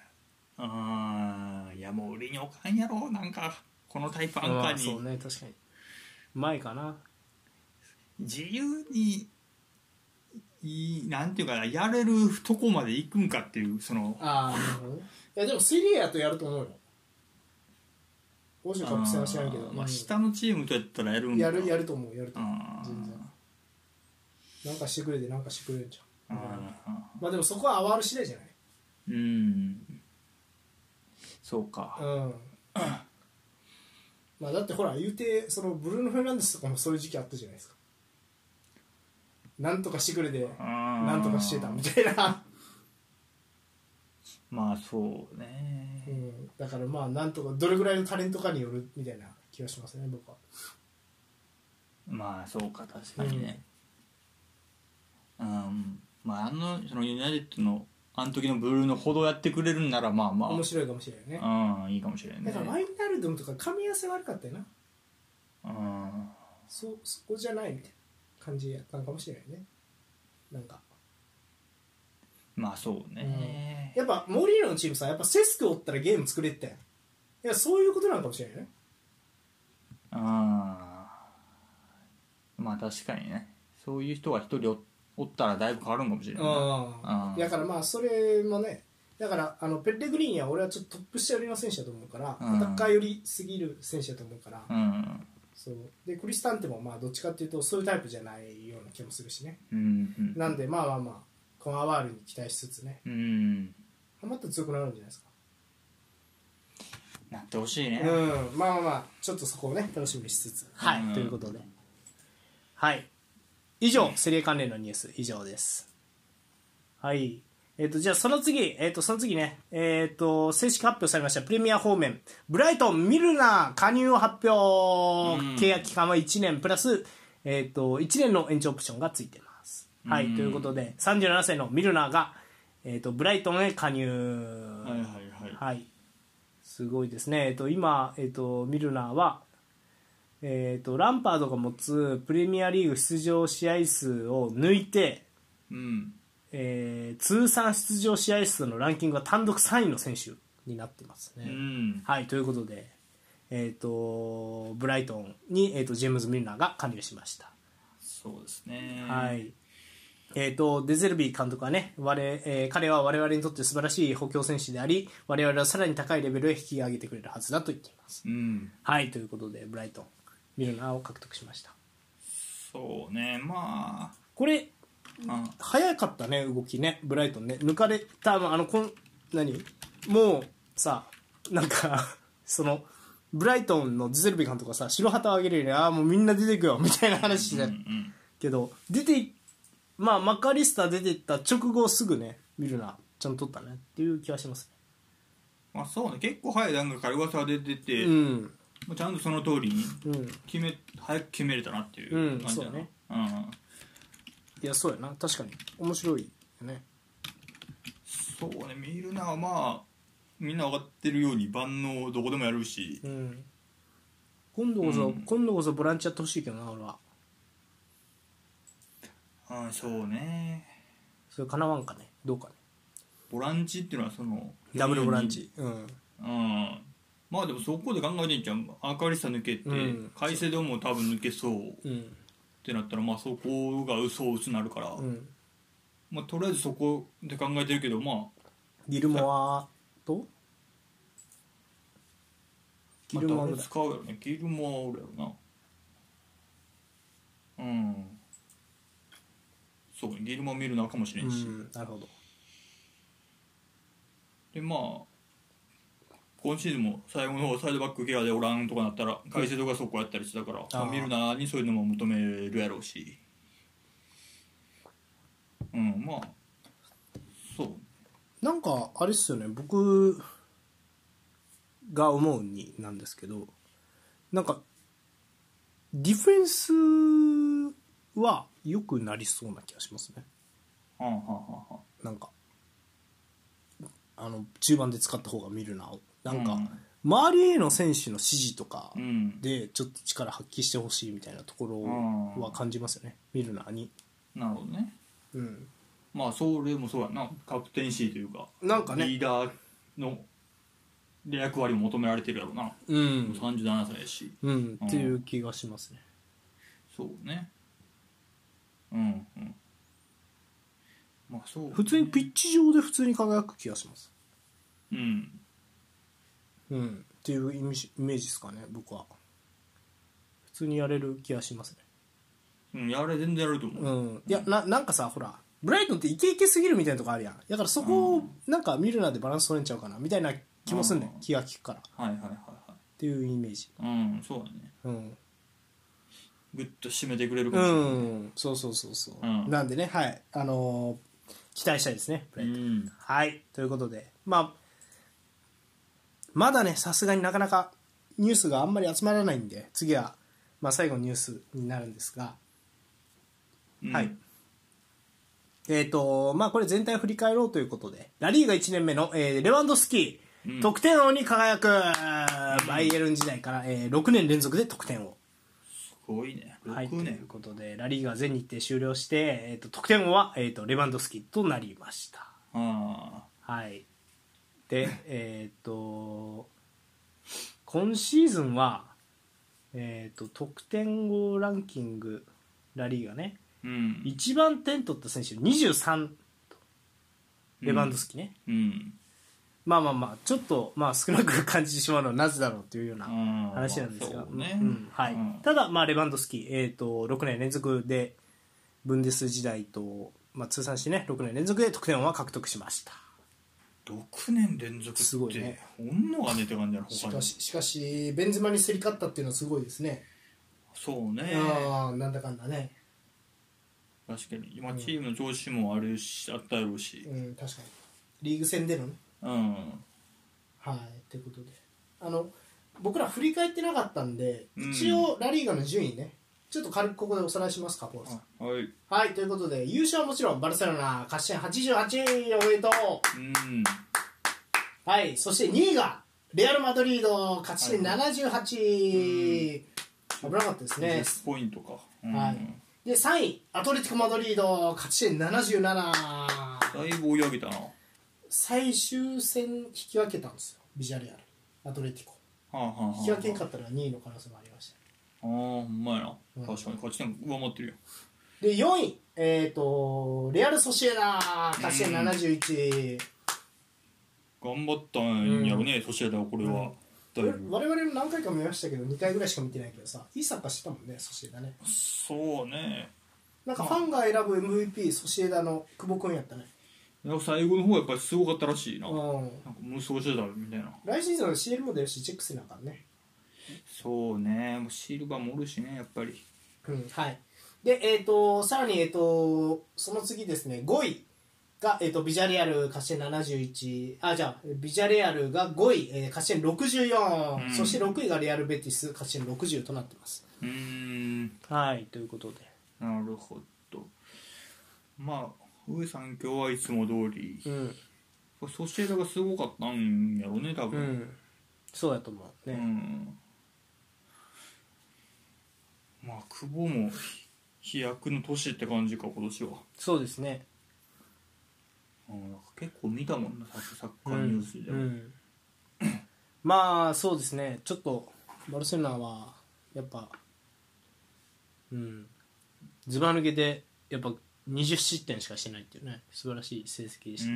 Speaker 2: いやもう売りに置かんやろ、なんかこのタイプアンカーに。
Speaker 1: そうね、確かに前かな。
Speaker 2: 自由になんていうかな、やれるとこまで行くんかっていう、その
Speaker 1: なるほど。いやでもセリエやとやると思うよ。欧州カップ戦は知らんけど、
Speaker 2: 下のチームとやったらやるんか。
Speaker 1: やると思う、全然なんかしてくれてなんかしてくれるんじゃん。まあでもそこはアワール次第じゃない。
Speaker 2: そうか。
Speaker 1: まあだってほら言うて、そのブルーノ・フェルナンデスとかもそういう時期あったじゃないですか。なんとかしてくれてなんとかしてたみたいな
Speaker 2: まあそうね、
Speaker 1: だからまあなんとかどれぐらいのタレントかによるみたいな気がしますね、僕は。
Speaker 2: まあそうか、確かにね。まあそのユナイテッドのあの時のブルーのほどやってくれるんならまあまあ
Speaker 1: 面白いかもしれないね。
Speaker 2: いいかもしれないね。
Speaker 1: だからワインダルドムとか噛み合わせ悪かったよな。そこじゃないみたいな感じやったのかもしれないね。なんか
Speaker 2: まあそうね、
Speaker 1: やっぱモーリーノのチームさ、やっぱセスクおったらゲーム作れてたやん。いやそういうことなのかもしれないね。
Speaker 2: まあ確かにね、そういう人が一人おったらだいぶ変わるんかもしれないな。
Speaker 1: だからまあそれもね、だからペッレグリーンや俺はちょっとトップ下寄りの選手だと思うから、アタッカー寄りすぎる選手だと思うから、そうでクリスタンテもまあどっちかっていうとそういうタイプじゃないような気もするしね。なんでまあこのアワールに期待しつつね、もっと強くなるんじゃないですか。
Speaker 2: なってほしいね。
Speaker 1: まあちょっとそこをね楽しみにしつつ、ということで、以上セリエ関連のニュース以上です。じゃあその次ね、正式発表されましたプレミア方面、ブライトン・ミルナー加入を発表。契約期間は1年プラス、1年の延長オプションがついてます。ということで37歳のミルナーが、ブライトンへ加入。すごいですね。今、ミルナーは、ランパードが持つプレミアリーグ出場試合数を抜いて、通算出場試合数のランキングが単独3位の選手になってますね。ということで、ブライトンに、ジェームズ・ミルナーが加入しました。
Speaker 2: そうですね。
Speaker 1: デゼルビー監督はね、彼は我々にとって素晴らしい補強選手であり、我々はさらに高いレベルへ引き上げてくれるはずだと言っています。ということでブライトンミルナーを獲得しました。
Speaker 2: そうね、まあ
Speaker 1: これ早かったね動きね、ブライトンね。抜かれたもうさ、なんかそのブライトンのデゼルビー監督がさ白旗を上げるようにもうみんな出てくよみたいな話してたけけどマカリスター出てった直後すぐねミルナーちゃんと取ったねっていう気はします
Speaker 2: まあそうね、結構早い段階から噂が出てて、まあちゃんとその通りに早く決めれたなっていう感じだな。
Speaker 1: そうね、いやそうやな、確かに面白いよね。
Speaker 2: そうね、ミルナーはまあみんな分かってるように万能どこでもやるし、
Speaker 1: 今度こそボランチやってほしいけどな俺は。
Speaker 2: そうね、
Speaker 1: それかなわんかね、どうかね。
Speaker 2: ボランチっていうのはその
Speaker 1: ダブルボランチ、
Speaker 2: まあでもそこで考えてんじゃん。アカリスタ抜けて、カイセドも多分抜けそう、ってなったらまあそこが嘘なるから、まあとりあえずそこで考えてるけど、まあ
Speaker 1: ギルモアと
Speaker 2: ギルモア使うやろね。ギルモアおるやろな。そうね、ギルモア見るのかもしれんし、
Speaker 1: なるほど。
Speaker 2: でまあ今シーズンも最後の方サイドバックケアでおらんとかなったらカイセドがそこやったりしてたから、ミルナーにそういうのも求めるやろうし、まあそう
Speaker 1: なんかあれっすよね、僕が思うになんですけど、なんかディフェンスは良くなりそうな気がしますね。なんか中盤で使った方がミルナーをなんか、周りへの選手の指示とかでちょっと力発揮してほしいみたいなところは感じますよね、ミルナーに。
Speaker 2: なるほどね。まあそれもそうやな、カプテンシーというか
Speaker 1: なんかね
Speaker 2: リーダーの役割も求められてるやろうな。37歳やし、
Speaker 1: っていう気がしますね。
Speaker 2: そうね。まあそうね、
Speaker 1: 普通にピッチ上で普通に輝く気がします。っていうイメージですかね、僕は。普通にやれる気がしますね。
Speaker 2: 全然やれると思う。
Speaker 1: いやなんかさ、ほらブライトンってイケイケすぎるみたいなとこあるやん。だからそこをなんかミルナーでバランス取れんちゃうかなみたいな気もすんねん、気が利くから。っていうイメージ。
Speaker 2: そうだね。グッと締めてくれるかもしれない。
Speaker 1: そう。なんでね、はい、期待したいですね、ブライトン。はいということで、まだねさすがになかなかニュースがあんまり集まらないんで、次は最後のニュースになるんですが、はい。これ全体を振り返ろうということで、ラリーガ1年目の、レバンドフスキー、得点王に輝く、バイエルン時代から、6年連続で得点王。
Speaker 2: すごいね。6年。
Speaker 1: ということでラリーガ全日程終了して、得点王は、レバンドフスキーとなりました。で今シーズンは、得点王ランキングラリーガね、一番点取った選手23と、レバンドフスキーね、ちょっと少なく感じてしまうのはなぜだろうというような話なんですが、ただレバンドフスキー、6年連続でブンデス時代と、通算してね6年連続で得点王は獲得しました。
Speaker 2: 6年連続ってすごいね。ほんのがねって感じだな。
Speaker 1: しかしベンゼマに競り勝ったっていうのはすごいですね。
Speaker 2: そうね。
Speaker 1: なんだかんだね。
Speaker 2: 確かに今チームの調子もあったやろうし、
Speaker 1: 確かにリーグ戦でのね。ということで僕ら振り返ってなかったんで、一応ラリーガの順位ねちょっと軽くここでおさらいしますか、ポールさん。はい、ということで優勝はもちろんバルセロナ勝ち点88位おめでとう。はい、そして2位がレアル・マドリード勝ち点78位、危なかったですね。
Speaker 2: 10ポイントか。
Speaker 1: で3位アトレティコ・マドリード勝ち点77。だ
Speaker 2: いぶ追い上げたな。
Speaker 1: 最終戦引き分けたんですよ、ビジャレアルアトレティコ。引き分けんかったら2位の可能性もありました。
Speaker 2: ほんまやな、確かに勝ち点上回ってるよ。
Speaker 1: で4位レアル・ソシエダ勝ち点71。
Speaker 2: 頑張ったんやろね、ソシエダは。これは
Speaker 1: 我々も何回か見ましたけど2回ぐらいしか見てないけどさ、いいサッカーしてたもんね、ソシエダね。
Speaker 2: そうね。
Speaker 1: なんかファンが選ぶ MVP ソシエダの久保君やったね。
Speaker 2: 最後の方やっぱりすごかったらしいな。なんか無双してたみたいな。
Speaker 1: 来シーズンの CL も出るしチェックせなあかんね。
Speaker 2: そうね、もうシルバーもおるしね、やっぱり。
Speaker 1: はい。 で、さらに、その次ですね、5位が、ビジャレアル勝ち点71、じゃあビジャレアルが5位、勝ち点64、そして6位がレアル・ベティス勝ち点60となってます。はい、ということで、
Speaker 2: なるほど。まあ上三強はいつも通り、ソシエダがすごかったんやろね多分、
Speaker 1: そうやと思うね。
Speaker 2: まあ久保も飛躍の年って感じか今年は。
Speaker 1: そうですね。
Speaker 2: 結構見たもんなサッカーニュースでも、
Speaker 1: まあそうですね、ちょっとバルセロナはやっぱずば抜けてやっぱ20失点しかしてないっていうね、素晴らしい成績でした。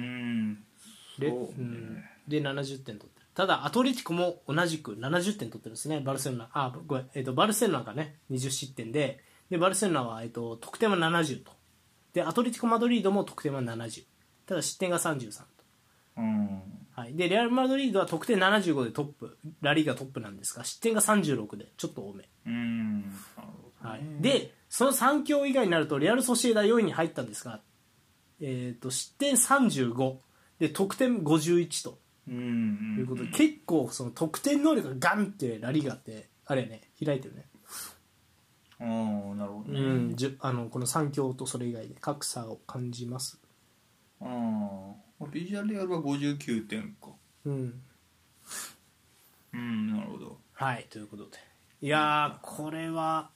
Speaker 1: で70点取ってる。ただアトレティコも同じく70点取ってるんですね。バルセロナバルセロナがね20失点でバルセロナは、得点は70と、でアトレティコマドリードも得点は70、ただ失点が33と、はい、でレアルマドリードは得点75でトップ、ラリーガトップなんですが失点が36でちょっと多め。はい、でその3強以外になるとレアル・ソシエダ4位に入ったんですが、失点35で得点51ということで、結構その得点能力がガンってラリーガってあれやね開いてるね。
Speaker 2: なるほどね。
Speaker 1: この3強とそれ以外で格差を感じます。
Speaker 2: ビジャレアルは59点か。なるほど。
Speaker 1: はい、ということで、いやこれは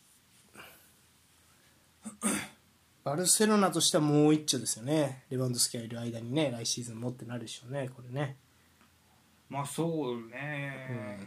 Speaker 1: バルセロナとしてはもう一丁ですよね。レバンドフスキがいる間にね、来シーズンもってなるでしょうね、これね。
Speaker 2: まあそうね、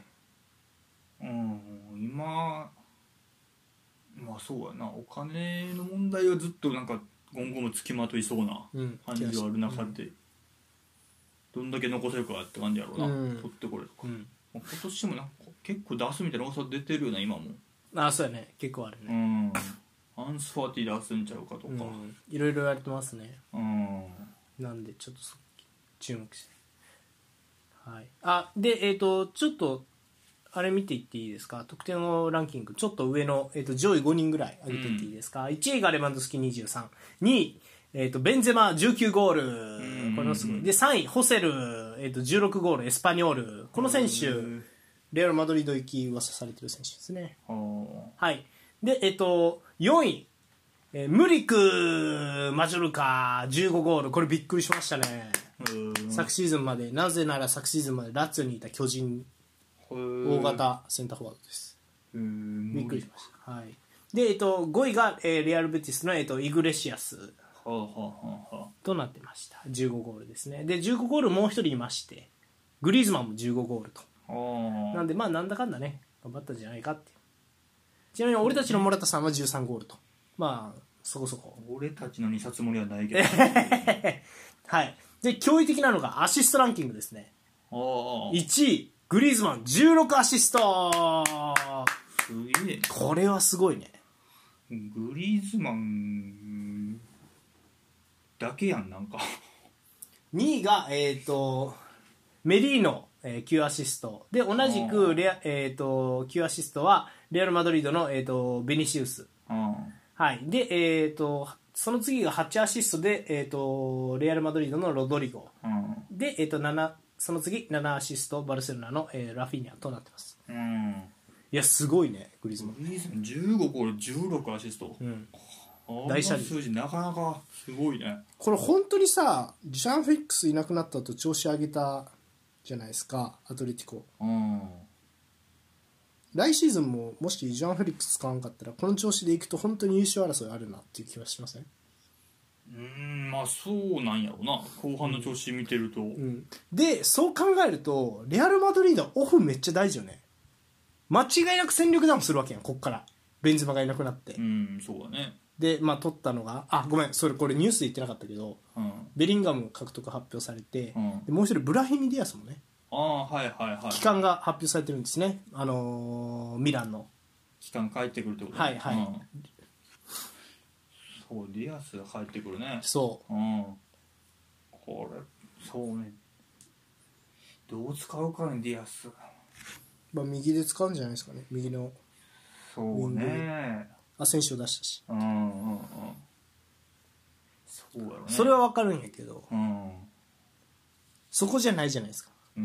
Speaker 2: 今まあそうやな、お金の問題はずっとなんか今後もつきまといそうな感じはある中で、どんだけ残せるかって感じやろうな、取ってこれとか、今年もなんか結構出すみたいな噂出てるよな今も。
Speaker 1: そうやね、結構あるね。
Speaker 2: アンスファティ出すんちゃうかとか、
Speaker 1: いろいろ言われてますね。なんでちょっと注目して、はい。でちょっとあれ見ていっていいですか、得点のランキングちょっと上の、上位5人ぐらい上げていっていいですか。1位がレバンドフスキ23、2位、ベンゼマ19ゴール、これもすごい。で3位ホセル、16ゴールエスパニョール、この選手レアル・マドリード行き噂されてる選手ですね。はい。で4位、ムリク・マジョルカ15ゴール、これびっくりしましたね。昨シーズンまで、なぜなら昨シーズンまでラツィオにいた巨人大型センターフォワードです。びっくりしました。はい。で5位が、レアル・ベティスの、イグレシアスとなってました。15ゴールですね。で15ゴールもう一人いまして、グリーズマンも15ゴールと。なんでまあなんだかんだね頑張ったんじゃないかっていう。ちなみに俺たちのモラタさんは13ゴールと、まあそこそこ。
Speaker 2: 俺たちの2冊盛りはないけど
Speaker 1: はい。で驚異的なのがアシストランキングですね。1位グリーズマン16アシスト、
Speaker 2: すげえ。
Speaker 1: これはすごいね。
Speaker 2: グリーズマンだけやんなんか
Speaker 1: 2位がメリーノ、9アシストで、同じく9アシストはレアル・マドリードの、ベニシウス、はい。でその次が8アシストで、レアル・マドリードのロドリゴ、で、その次7アシストバルセロナの、ラフィーニャとなってます。いやすごいねグリーズマン。
Speaker 2: 15ゴール16アシスト、大車輪数字なかなかすごいね。
Speaker 1: これ本当にさ、ジャン・フェリックスいなくなった後調子上げたじゃないですか、アトレティコ。来シーズンももしジャン・フェリックス使わんかったらこの調子でいくと本当に優勝争いあるなっていう気はしません？
Speaker 2: まあそうなんやろうな、後半の調子見てると、
Speaker 1: でそう考えるとレアル・マドリードはオフめっちゃ大事よね。間違いなく戦力ダウンするわけやん、こっからベンゼマがいなくなって。
Speaker 2: そうだね。で
Speaker 1: まあ取ったのがごめんこれニュースで言ってなかったけど、ベリンガム獲得発表されて、でもう一人ブラヒミ・ディアスもね、期間が発表されてるんですね。ミランの
Speaker 2: 期間帰ってくるってことね。そうディアスが帰ってくるね。そうこれそうね、どう使うかねディアス。
Speaker 1: 右で使うんじゃないですかね、右の。
Speaker 2: そうね。
Speaker 1: アセンシオ出したし、
Speaker 2: うんうんうん、そうやろね。
Speaker 1: それは分かるんやけど、
Speaker 2: うん、
Speaker 1: そこじゃないじゃないですか。
Speaker 2: うん、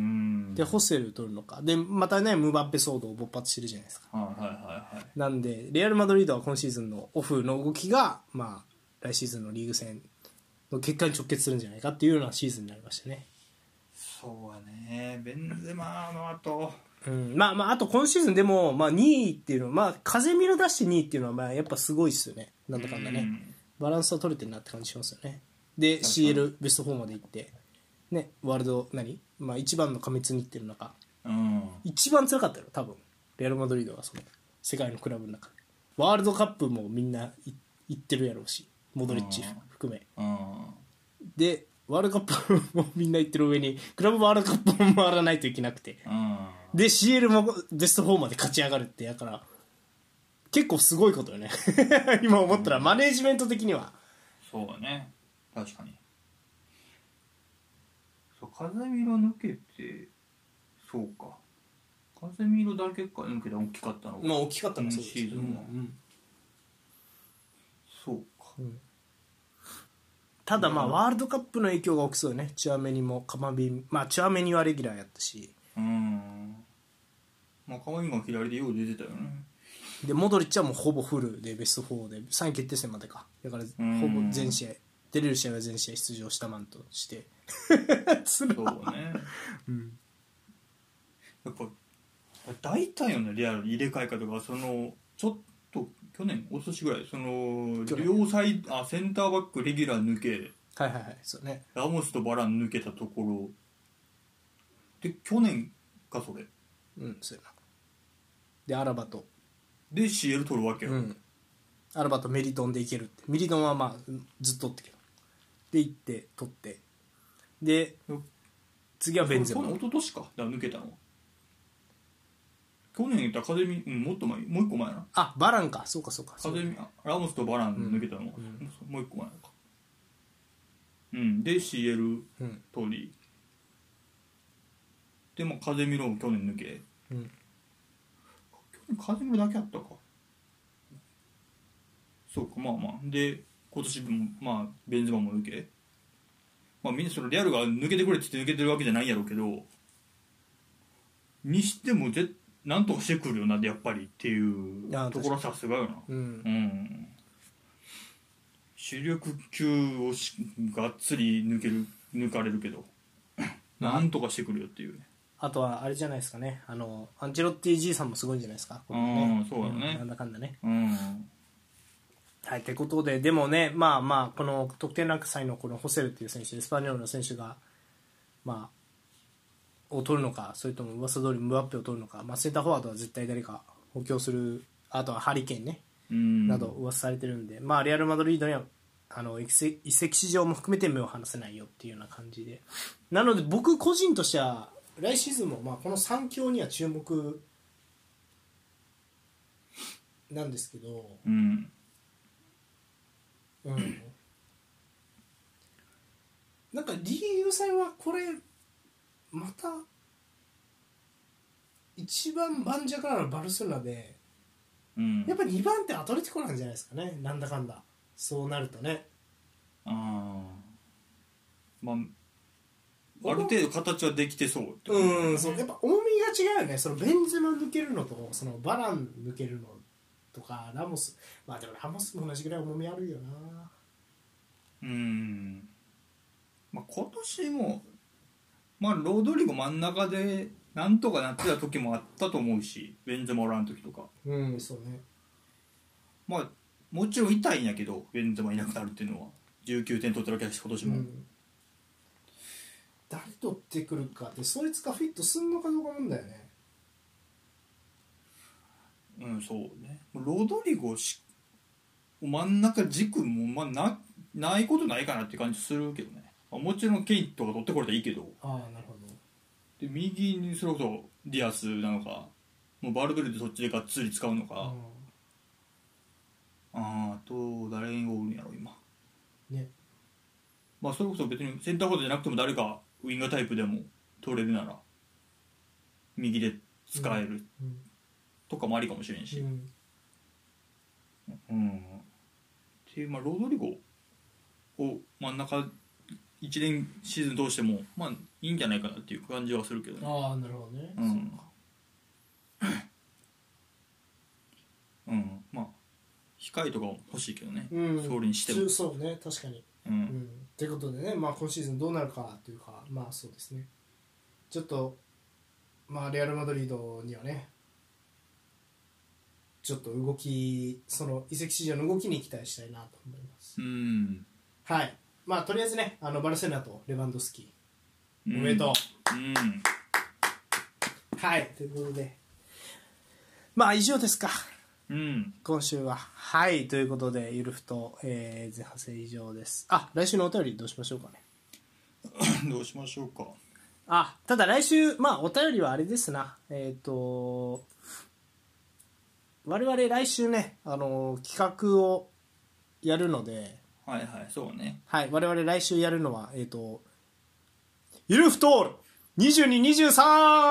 Speaker 1: でホセル取るのかでまたねムバッペ騒動勃発してるじゃないですか。
Speaker 2: はいはいはいはい。
Speaker 1: なんでレアル・マドリードは今シーズンのオフの動きが、まあ、来シーズンのリーグ戦の結果に直結するんじゃないかっていうようなシーズンになりましたね。
Speaker 2: そうやね、ベンゼマの後、
Speaker 1: まああと今シーズンでも、まあ、2位っていうのは、まあ、風見ろ出して2位っていうのはまあやっぱすごいっすよね。なんだかんだね、バランスは取れてるなって感じしますよね。で CL ベスト4まで行ってね、ワールドまあ、一番の過密日程の中、一番辛かったよ多分レアル・マドリードはその世界のクラブの中でワールドカップもみんな行ってるやろうしモドリッチ含めでワールドカップもみんな行ってる上にクラブワールドカップも回らないといけなくてで CL もベスト4まで勝ち上がるってやから結構すごいことよね今思ったらマネージメント的には
Speaker 2: そうだね、確かに。そう、風見ろ抜けて、そうか、風見ろだけか抜けた大きかったのが、
Speaker 1: まあ大きかったのはそうです
Speaker 2: シーズンは、そうか、
Speaker 1: ただまあワールドカップの影響が大きそうよね。チュアメニもカマビン、まあチュアメニはレギュラーやったし、
Speaker 2: まあカマビンが左でよう出てたよね。
Speaker 1: でモドリッチはもうほぼフルでベスト4で3位決定戦までか、だからほぼ全試合出れる試合は全試合出場したマンとして
Speaker 2: そうね、やっぱ大体のねリアル入れ替え方がそのちょっと去年一昨年ぐらいその両サイドセンターバックレギュラー抜け、
Speaker 1: はいはいはいそうね、
Speaker 2: ラモスとバラン抜けたところで去年かそれ
Speaker 1: そうやな。でアラバと
Speaker 2: で CL 取るわけよ、
Speaker 1: アラバとメリトンでいけるって、メリトンはまあずっとおってけどで行って取ってで次はベンゼマ。
Speaker 2: 一昨年かだから抜けたの去年言ったら風見、もっと前もう一個前やな。
Speaker 1: あバランか、そうかそうか、
Speaker 2: 風見ラモスとバラン抜けたのは、もう一個前か。で CL 取り、でも風見ろも去年抜け、去年風見ろだけあったか。そうか、まあまあで今年もまあベンゼマも抜け、まあみんなそのリアルが抜けてくれって言って抜けてるわけじゃないんやろうけど、にしてもなんとかしてくるよなやっぱりっていうところはさすがよな。主力級をがっつり抜かれるけどなんとかしてくるよっていうね。
Speaker 1: あとはあれじゃないですかね、アンチェロッティ G さんもすごいんじゃないですか、これね。
Speaker 2: そうだね、
Speaker 1: なんだかんだね。はい、ってことで、でもね、まあまあこの得点ランク3位のこのホセルっていう選手、エスパニョールの選手がまあを取るのか、それとも噂通りムバッペを取るのか、まあ、センターフォワードは絶対誰か補強する、あとはハリケーンね、など噂されてるんで、まあレアル・マドリードには移籍市場も含めて目を離せないよっていうような感じで、なので僕個人としては来シーズンもまあこの3強には注目なんですけど、なんかリーグ戦はこれまた一番盤石なのバルセロナで、やっぱ2番手アトレティコなんじゃないですかね、なんだかんだそうなるとね。
Speaker 2: まあある程度形はできてそうってことね。
Speaker 1: そうやっぱ重みが違うよね、そのベンゼマ抜けるのとそのバラン抜けるのとかラモス、まあでもラモスも同じぐらい重みあるよな。
Speaker 2: まあ、今年もまあロドリゴ真ん中でなんとかなってた時もあったと思うし、ベンゼマおらん時とか
Speaker 1: そうね、
Speaker 2: まあもちろん痛いんやけど、ベンゼマいなくなるっていうのは19点取ってるわけだし今年も、
Speaker 1: 誰取ってくるかってそいつがフィットすんのかどうかなんだよね。
Speaker 2: そうね、ロドリゴ真ん中軸もまあないことないかなって感じするけどね。もちろんケインとか取ってこれたらいいけど、
Speaker 1: なるほど。
Speaker 2: で右にそれこそディアスなのか、もうバルベルでそっちでがっつり使うのか、あと誰がおるんやろ今
Speaker 1: ね。
Speaker 2: まあそれこそ別にセンターフォワードじゃなくても誰かウィンガータイプでも取れるなら右で使えるとかもありかもしれんし、 っていう、ロドリゴを真ん中1年シーズン通してもいいんじゃないかなっていう感じはするけどね。
Speaker 1: ああなるほどね。
Speaker 2: 控えとかも欲しいけどね、
Speaker 1: そ
Speaker 2: れにしても。
Speaker 1: そうね確かに。ということでね、今シーズンどうなるかというか、そうですね、ちょっとレアル・マドリードにはねちょっと動き、その移籍市場の動きに期待したいなと思います。はい、とりあえずねバルセロナとレバンドフスキおめでとう。はいということで以上ですか。今週ははいということでゆるふと、前半戦以上です。来週のお便りどうしましょうかね。
Speaker 2: どうしましょうか。
Speaker 1: ただ来週お便りはあれですな、我々来週ね企画をやるので、
Speaker 2: そうね、
Speaker 1: 我々来週やるのはゆるふと2223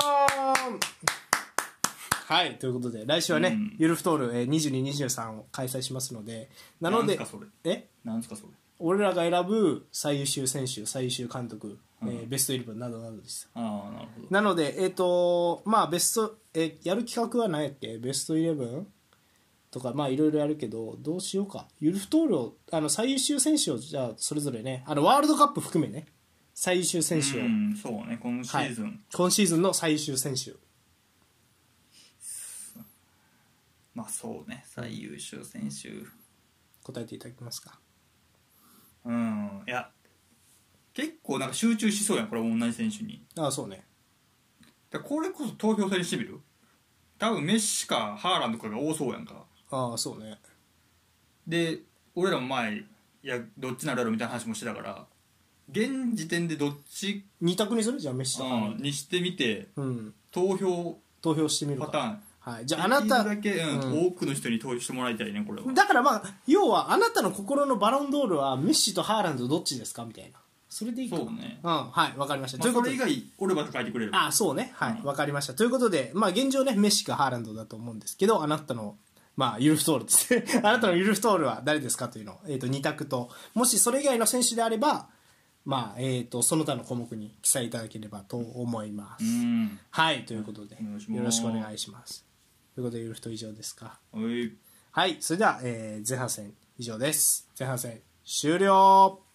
Speaker 1: はいということで来週はね、ゆるふとール2223を開催しますので、なので
Speaker 2: なんすかそれ。なんすかそれ。
Speaker 1: 俺らが選ぶ最優秀選手、最優秀監督、ベストイレブンなどなどです。
Speaker 2: なるほど。
Speaker 1: なのでベスト、やる企画は何やっけ、ベストイレブンとかいろいろやるけど、どうしようか。ゆるふとールを最優秀選手をじゃあそれぞれねワールドカップ含めね最優秀選手を、
Speaker 2: そうね、今シーズン、
Speaker 1: 今シーズンの最優秀選手、
Speaker 2: そうね、最優秀選手
Speaker 1: 答えていただけますか。
Speaker 2: いや結構集中しそうやん、これ同じ選手に。
Speaker 1: そうね。
Speaker 2: これこそ投票制にしてみる。多分メッシかハーランドかが多そうやんか。
Speaker 1: そうね。
Speaker 2: で俺らも前どっちなるやろみたいな話もしてたから、現時点でどっち
Speaker 1: 2択にする、じゃあメッシとハーランド
Speaker 2: にしてみて、投票
Speaker 1: してみるか。
Speaker 2: パターン、
Speaker 1: じゃああなた
Speaker 2: できるだけ、多くの人に投票してもらいたいね、これは。
Speaker 1: だから要はあなたの心のバロンドールはメッシとハーランドどっちですかみたいな、それでいいか。
Speaker 2: そうね。
Speaker 1: はいわかりました。ということで
Speaker 2: それ以外俺ばっか書いてくれる。
Speaker 1: そうね、わかりました。ということで現状ねメッシかハーランドだと思うんですけど、あなたのユルフトールですねあなたのユルフトールは誰ですかというのを、2択と、もしそれ以外の選手であればその他の項目に記載いただければと思います。はいということでよろしくお願いします。ということでゆるふと以上ですか。はい、それでは、前半戦以上です。前半戦終了。